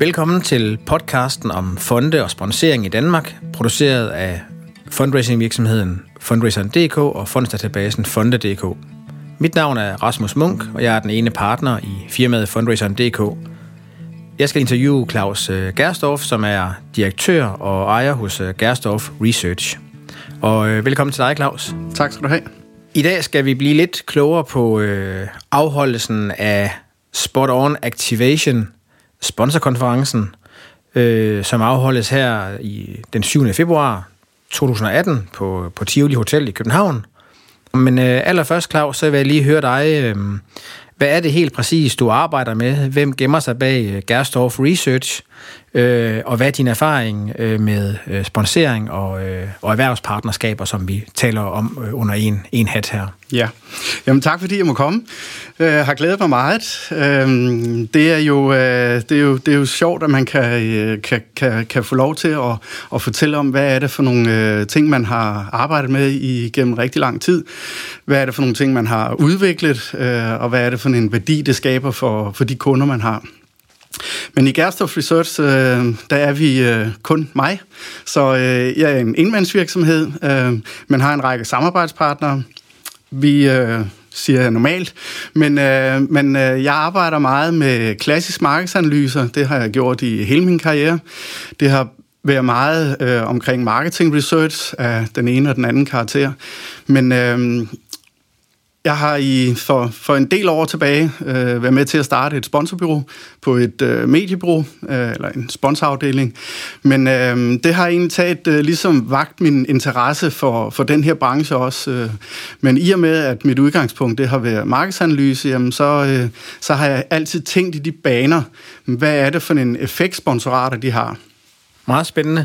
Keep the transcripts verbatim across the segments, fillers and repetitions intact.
Velkommen til podcasten om fonde og sponsering i Danmark, produceret af fundraisingvirksomheden Fundraiseren punktum d k og fondsdatabasen Fonde punktum d k. Mit navn er Rasmus Munk, og jeg er den ene partner i firmaet Fundraiseren punktum d k. Jeg skal interviewe Claus Gersdorff, som er direktør og ejer hos Gersdorff Research. Og øh, velkommen til dig, Claus. Tak skal du have. I dag skal vi blive lidt klogere på øh, afholdelsen af Spot On Activation, sponsorkonferencen, øh, som afholdes her i den syvende februar to tusind og atten på, på Tivoli Hotel i København. Men øh, allerførst, Claus, så vil jeg lige høre dig. Øh, hvad er det helt præcis, du arbejder med? Hvem gemmer sig bag Gersdorff Research? Øh, og hvad er din erfaring øh, med øh, sponsering og, øh, og erhvervspartnerskaber, som vi taler om øh, under en, en hat her? Ja, jamen tak fordi jeg må komme. Jeg har glædet mig meget. Det er jo, det er jo, det er jo sjovt, at man kan, kan, kan, kan få lov til at, at fortælle om, hvad er det for nogle ting, man har arbejdet med igennem rigtig lang tid. Hvad er det for nogle ting, man har udviklet, og hvad er det for en værdi, det skaber for, for de kunder, man har. Men i Gersdorff Research, der er vi kun mig, så jeg er en enmandsvirksomhed, men har en række samarbejdspartnere. Vi øh, siger jeg normalt, men, øh, men øh, jeg arbejder meget med klassisk markedsanalyser. Det har jeg gjort i hele min karriere. Det har været meget øh, omkring marketing research af den ene og den anden karakter. Men øh, jeg har i for, for en del år tilbage øh, været med til at starte et sponsorbureau på et øh, mediebureau, øh, eller en sponsorafdeling. Men øh, det har egentlig taget øh, ligesom vagt min interesse for, for den her branche også. Øh. Men i og med, at mit udgangspunkt det har været markedsanalyse, jamen, så, øh, så har jeg altid tænkt i de baner. Hvad er det for en effekt sponsorater de har? Meget spændende.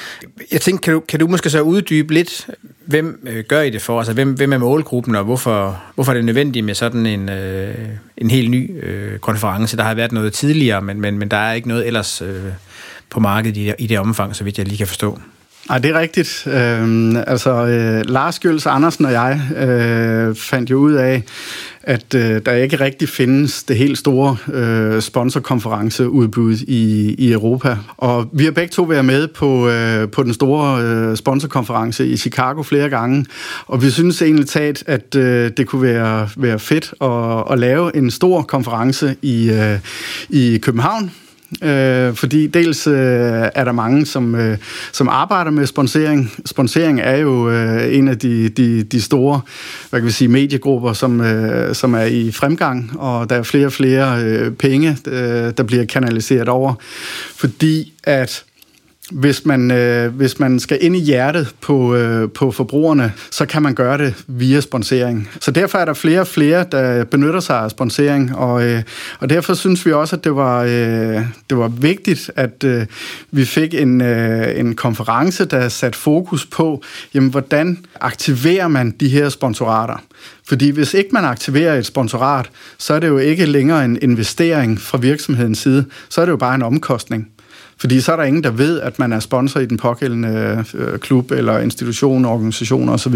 Jeg tænker, kan du, kan du måske så uddybe lidt, hvem øh, gør I det for? Altså, hvem, hvem er målgruppen, og hvorfor, hvorfor er det nødvendigt med sådan en, øh, en helt ny øh, konference? Der har været noget tidligere, men, men, men der er ikke noget ellers øh, på markedet i, i det omfang, så vidt jeg lige kan forstå. Nej, det er rigtigt. Øh, altså, øh, Lars Gjøls Andersen og jeg øh, fandt jo ud af, at øh, der ikke rigtig findes det helt store øh, sponsorkonferenceudbud i, i Europa. Og vi har begge to været med på, øh, på den store øh, sponsorkonference i Chicago flere gange, og vi synes egentlig talt, at øh, det kunne være, være fedt at, at lave en stor konference i, øh, i København. Øh, fordi dels øh, er der mange, som, øh, som arbejder med sponsering. Sponsering er jo øh, en af de, de, de store, hvad kan vi sige, mediegrupper, som, øh, som er i fremgang, og der er flere og flere øh, penge, øh, der bliver kanaliseret over. Fordi at Hvis man, øh, hvis man skal ind i hjertet på, øh, på forbrugerne, så kan man gøre det via sponsering. Så derfor er der flere og flere, der benytter sig af sponsering, og, øh, og derfor synes vi også, at det var, øh, det var vigtigt, at øh, vi fik en, øh, en konference, der satte fokus på, jamen, hvordan aktiverer man de her sponsorater? Fordi hvis ikke man aktiverer et sponsorat, så er det jo ikke længere en investering fra virksomhedens side, så er det jo bare en omkostning. Fordi så er der ingen, der ved, at man er sponsor i den pågældende øh, klub eller institution, organisationer osv.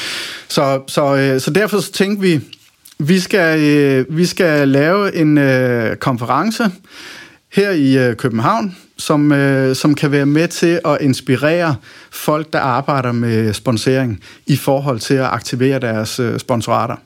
Så, så, øh, så derfor så tænkte vi, vi skal, øh, vi skal lave en øh, konference her i øh, København, som, øh, som kan være med til at inspirere folk, der arbejder med sponsering i forhold til at aktivere deres øh, sponsorater.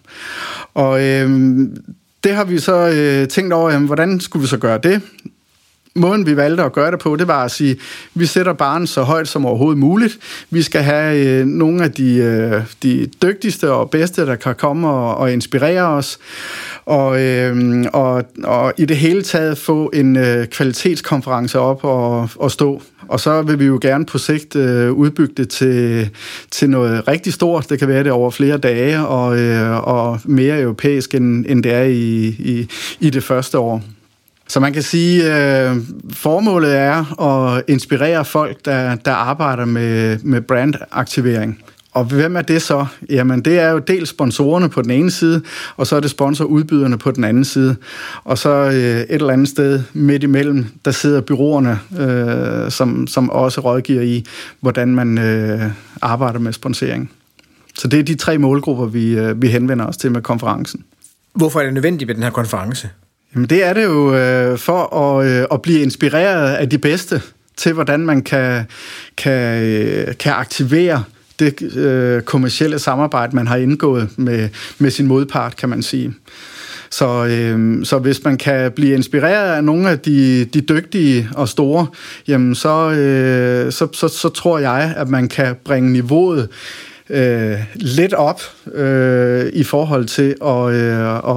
Og øh, det har vi så øh, tænkt over, jamen, hvordan skulle vi så gøre det? Måden, vi valgte at gøre det på, det var at sige, vi sætter barren så højt som overhovedet muligt. Vi skal have øh, nogle af de, øh, de dygtigste og bedste, der kan komme og, og inspirere os. Og, øh, og, og i det hele taget få en øh, kvalitetskonference op og, og stå. Og så vil vi jo gerne på sigt øh, udbygge det til, til noget rigtig stort. Det kan være det over flere dage og, øh, og mere europæisk, end, end det er i, i, i det første år. Så man kan sige, at øh, formålet er at inspirere folk, der, der arbejder med, med brandaktivering. Og hvem er det så? Jamen, det er jo dels sponsorerne på den ene side, og så er det sponsorudbyderne på den anden side. Og så øh, et eller andet sted midt imellem, der sidder bureauerne, øh, som, som også rådgiver i, hvordan man øh, arbejder med sponsering. Så det er de tre målgrupper, vi, øh, vi henvender os til med konferencen. Hvorfor er det nødvendigt med den her konference? Jamen, det er det jo øh, for at, øh, at blive inspireret af de bedste til, hvordan man kan, kan, øh, kan aktivere det øh, kommercielle samarbejde, man har indgået med, med sin modpart, kan man sige. Så, øh, så hvis man kan blive inspireret af nogle af de, de dygtige og store, jamen så, øh, så, så, så tror jeg, at man kan bringe niveauet øh, lidt op øh, i forhold til at, øh, at,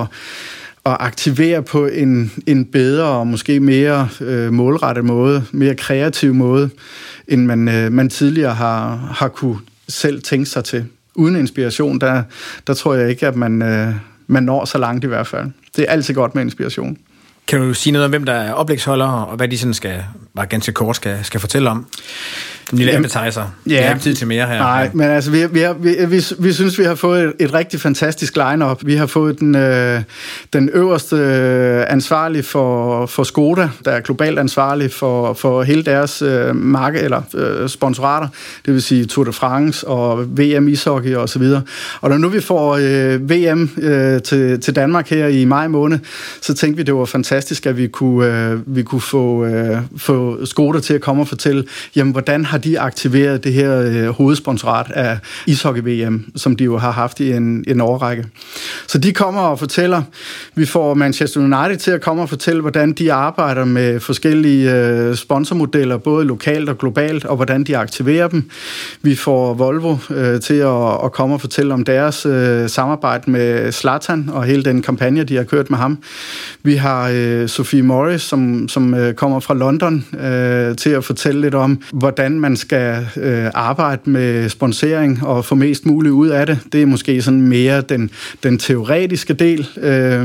at aktivere på en, en bedre og måske mere øh, målrettet måde, mere kreativ måde, end man, øh, man tidligere har, har kunne selv tænke sig til. Uden inspiration, der, der tror jeg ikke, at man, øh, man når så langt i hvert fald. Det er altid godt med inspiration. Kan du sige noget om, hvem der er oplægsholdere, og hvad de sådan skal, bare ganske kort skal, skal fortælle om? En lille appetizer. Vi har ikke tid til mere her. Nej, men altså, vi, vi, vi, vi, vi synes, vi har fået et, et rigtig fantastisk line-up. Vi har fået den, øh, den øverste ansvarlige for, for Skoda, der er globalt ansvarlig for, for hele deres øh, marke, eller øh, sponsorater, det vil sige Tour de France og V M ishockey og så videre. Og når nu vi får øh, V M øh, til, til Danmark her i maj måned, så tænkte vi, det var fantastisk, at vi kunne, øh, vi kunne få, øh, få Skoda til at komme og fortælle, jamen, hvordan har de aktiveret det her øh, hovedsponsorat af ishockey-V M, som de jo har haft i en, en årrække. Så de kommer og fortæller, vi får Manchester United til at komme og fortælle, hvordan de arbejder med forskellige øh, sponsormodeller, både lokalt og globalt, og hvordan de aktiverer dem. Vi får Volvo øh, til at, at komme og fortælle om deres øh, samarbejde med Zlatan og hele den kampagne, de har kørt med ham. Vi har øh, Sophie Morris, som, som øh, kommer fra London, øh, til at fortælle lidt om, hvordan man skal øh, arbejde med sponsering og få mest muligt ud af det. Det er måske sådan mere den, den teoretiske del, øh,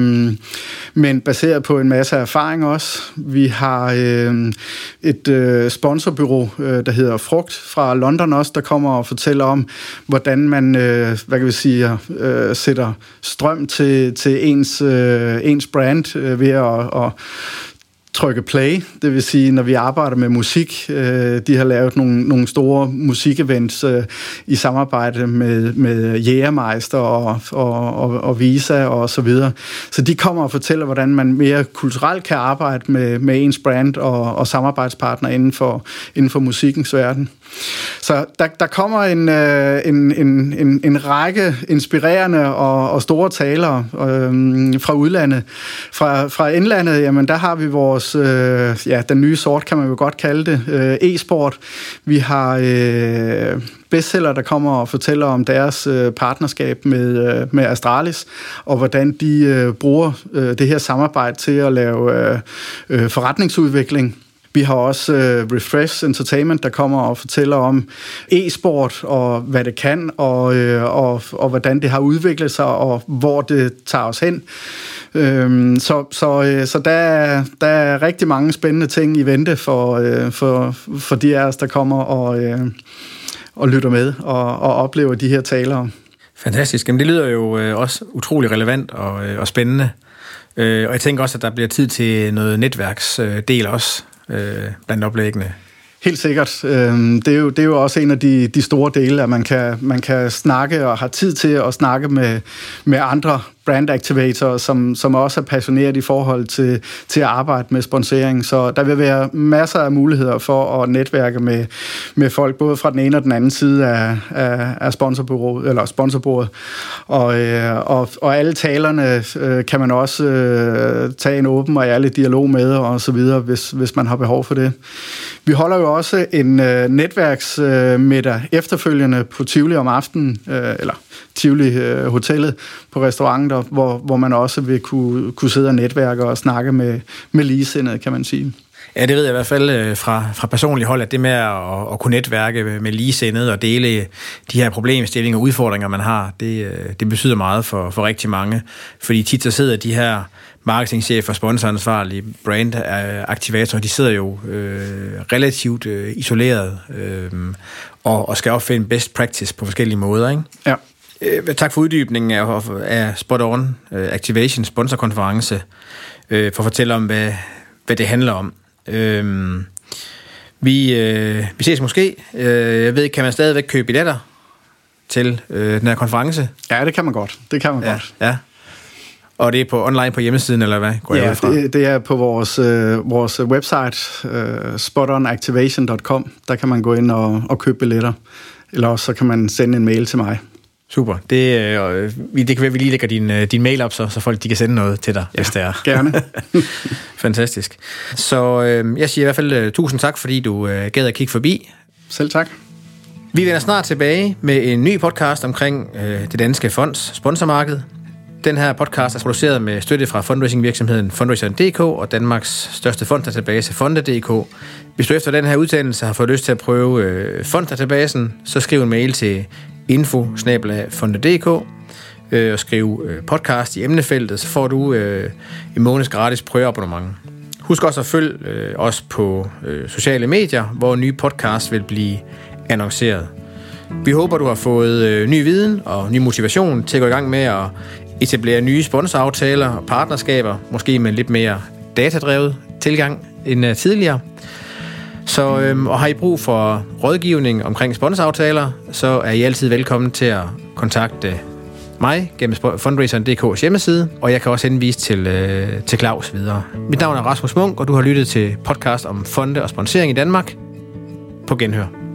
men baseret på en masse erfaring også. Vi har øh, et øh, sponsorbureau, øh, der hedder Frugt fra London også, der kommer og fortæller om, hvordan man øh, hvad kan vi sige, øh, sætter strøm til, til ens, øh, ens brand øh, ved at, at trykke play, det vil sige, når vi arbejder med musik. Øh, de har lavet nogle, nogle store musikevents øh, i samarbejde med, med Jägermeister og, og, og, og Visa og så videre. Så de kommer og fortæller, hvordan man mere kulturelt kan arbejde med, med ens brand og, og samarbejdspartner inden for, inden for musikkens verden. Så der, der kommer en, en, en, en, en række inspirerende og, og store talere øh, fra udlandet. Fra, fra indlandet, jamen der har vi vores, øh, ja, den nye sort, kan man jo godt kalde det, øh, e-sport. Vi har øh, bestseller, der kommer og fortæller om deres øh, partnerskab med, øh, med Astralis, og hvordan de øh, bruger øh, det her samarbejde til at lave øh, øh, forretningsudvikling. Vi har også uh, Refresh Entertainment, der kommer og fortæller om e-sport og hvad det kan, og, uh, og, og hvordan det har udviklet sig, og hvor det tager os hen. Um, så så, uh, så der, er, der er rigtig mange spændende ting i vente for, uh, for, for de af os, der kommer og, uh, og lytter med og, og oplever de her talere. Fantastisk. Jamen, det lyder jo øh, også utrolig relevant og, øh, og spændende. Øh, og jeg tænker også, at der bliver tid til noget netværksdel øh, også. Blandt oplæggene. Helt sikkert. Det er jo, det er jo også en af de, de store dele, at man kan, man kan snakke og har tid til at snakke med, med andre brand activatorer, som, som også er passioneret i forhold til, til at arbejde med sponsering. Så der vil være masser af muligheder for at netværke med, med folk, både fra den ene og den anden side af, af, af sponsorbureauet, eller sponsorbordet. Og, og, og alle talerne kan man også øh, tage en åben og ærlig dialog med, og så videre, hvis, hvis man har behov for det. Vi holder jo også en øh, netværksmiddag øh, efterfølgende på Tivoli om aftenen, øh, eller Tivoli øh, Hotellet på restauranten, hvor, hvor man også vil kunne, kunne sidde og netværke og snakke med, med ligesindede, kan man sige. Ja, det ved jeg i hvert fald fra, fra personlig hold, at det med at, at kunne netværke med ligesindede og dele de her problemstillinger og udfordringer, man har, det, det betyder meget for, for rigtig mange. Fordi tit så sidder de her marketingchefer, sponsoransvarlige, brandaktivatorer, de sidder jo øh, relativt øh, isoleret øh, og, og skal opfinde best practice på forskellige måder, ikke? Ja. Øh, tak for uddybningen af, af Spot On Activation sponsorkonference, øh, for at fortælle om, hvad, hvad det handler om. Øh, vi, øh, vi ses måske. Øh, jeg ved, kan man stadigvæk købe billetter til øh, den her konference? Ja, det kan man godt. Det kan man ja, godt. Ja. Og det er på online på hjemmesiden, eller hvad? Går ja, jeg fra? det, det er på vores, øh, vores website, øh, spot on activation punktum com. Der kan man gå ind og, og købe billetter. Eller også så kan man sende en mail til mig. Super. Det, øh, det kan være, at vi lige lægger din, øh, din mail op, så, så folk de kan sende noget til dig, ja, hvis det er. Gerne. Fantastisk. Så øh, jeg siger i hvert fald uh, tusind tak, fordi du øh, gad at kigge forbi. Selv tak. Vi vender snart tilbage med en ny podcast omkring øh, det danske fonds sponsormarked. Den her podcast er produceret med støtte fra fundraisingvirksomheden Fundraiseren punktum d k og Danmarks største fonddatabase Fonde punktum d k. Hvis du efter den her uddannelse har fået lyst til at prøve øh, fonddatabasen, så skriv en mail til info snabel-a fonde punktum d k øh, og skriv øh, podcast i emnefeltet, så får du øh, en måneds gratis prøveabonnement. Husk også at følge øh, os på øh, sociale medier, hvor nye podcasts vil blive annonceret. Vi håber, du har fået øh, ny viden og ny motivation til at gå i gang med at etablere nye sponsoraftaler og partnerskaber, måske med lidt mere datadrevet tilgang end uh, tidligere. Så øhm, og har I brug for rådgivning omkring sponsoraftaler, så er I altid velkommen til at kontakte mig gennem Fundraiseren punktum d k's hjemmeside, og jeg kan også henvise til, øh, til Claus videre. Mit navn er Rasmus Munk, og du har lyttet til podcast om fonde og sponsering i Danmark. På genhør.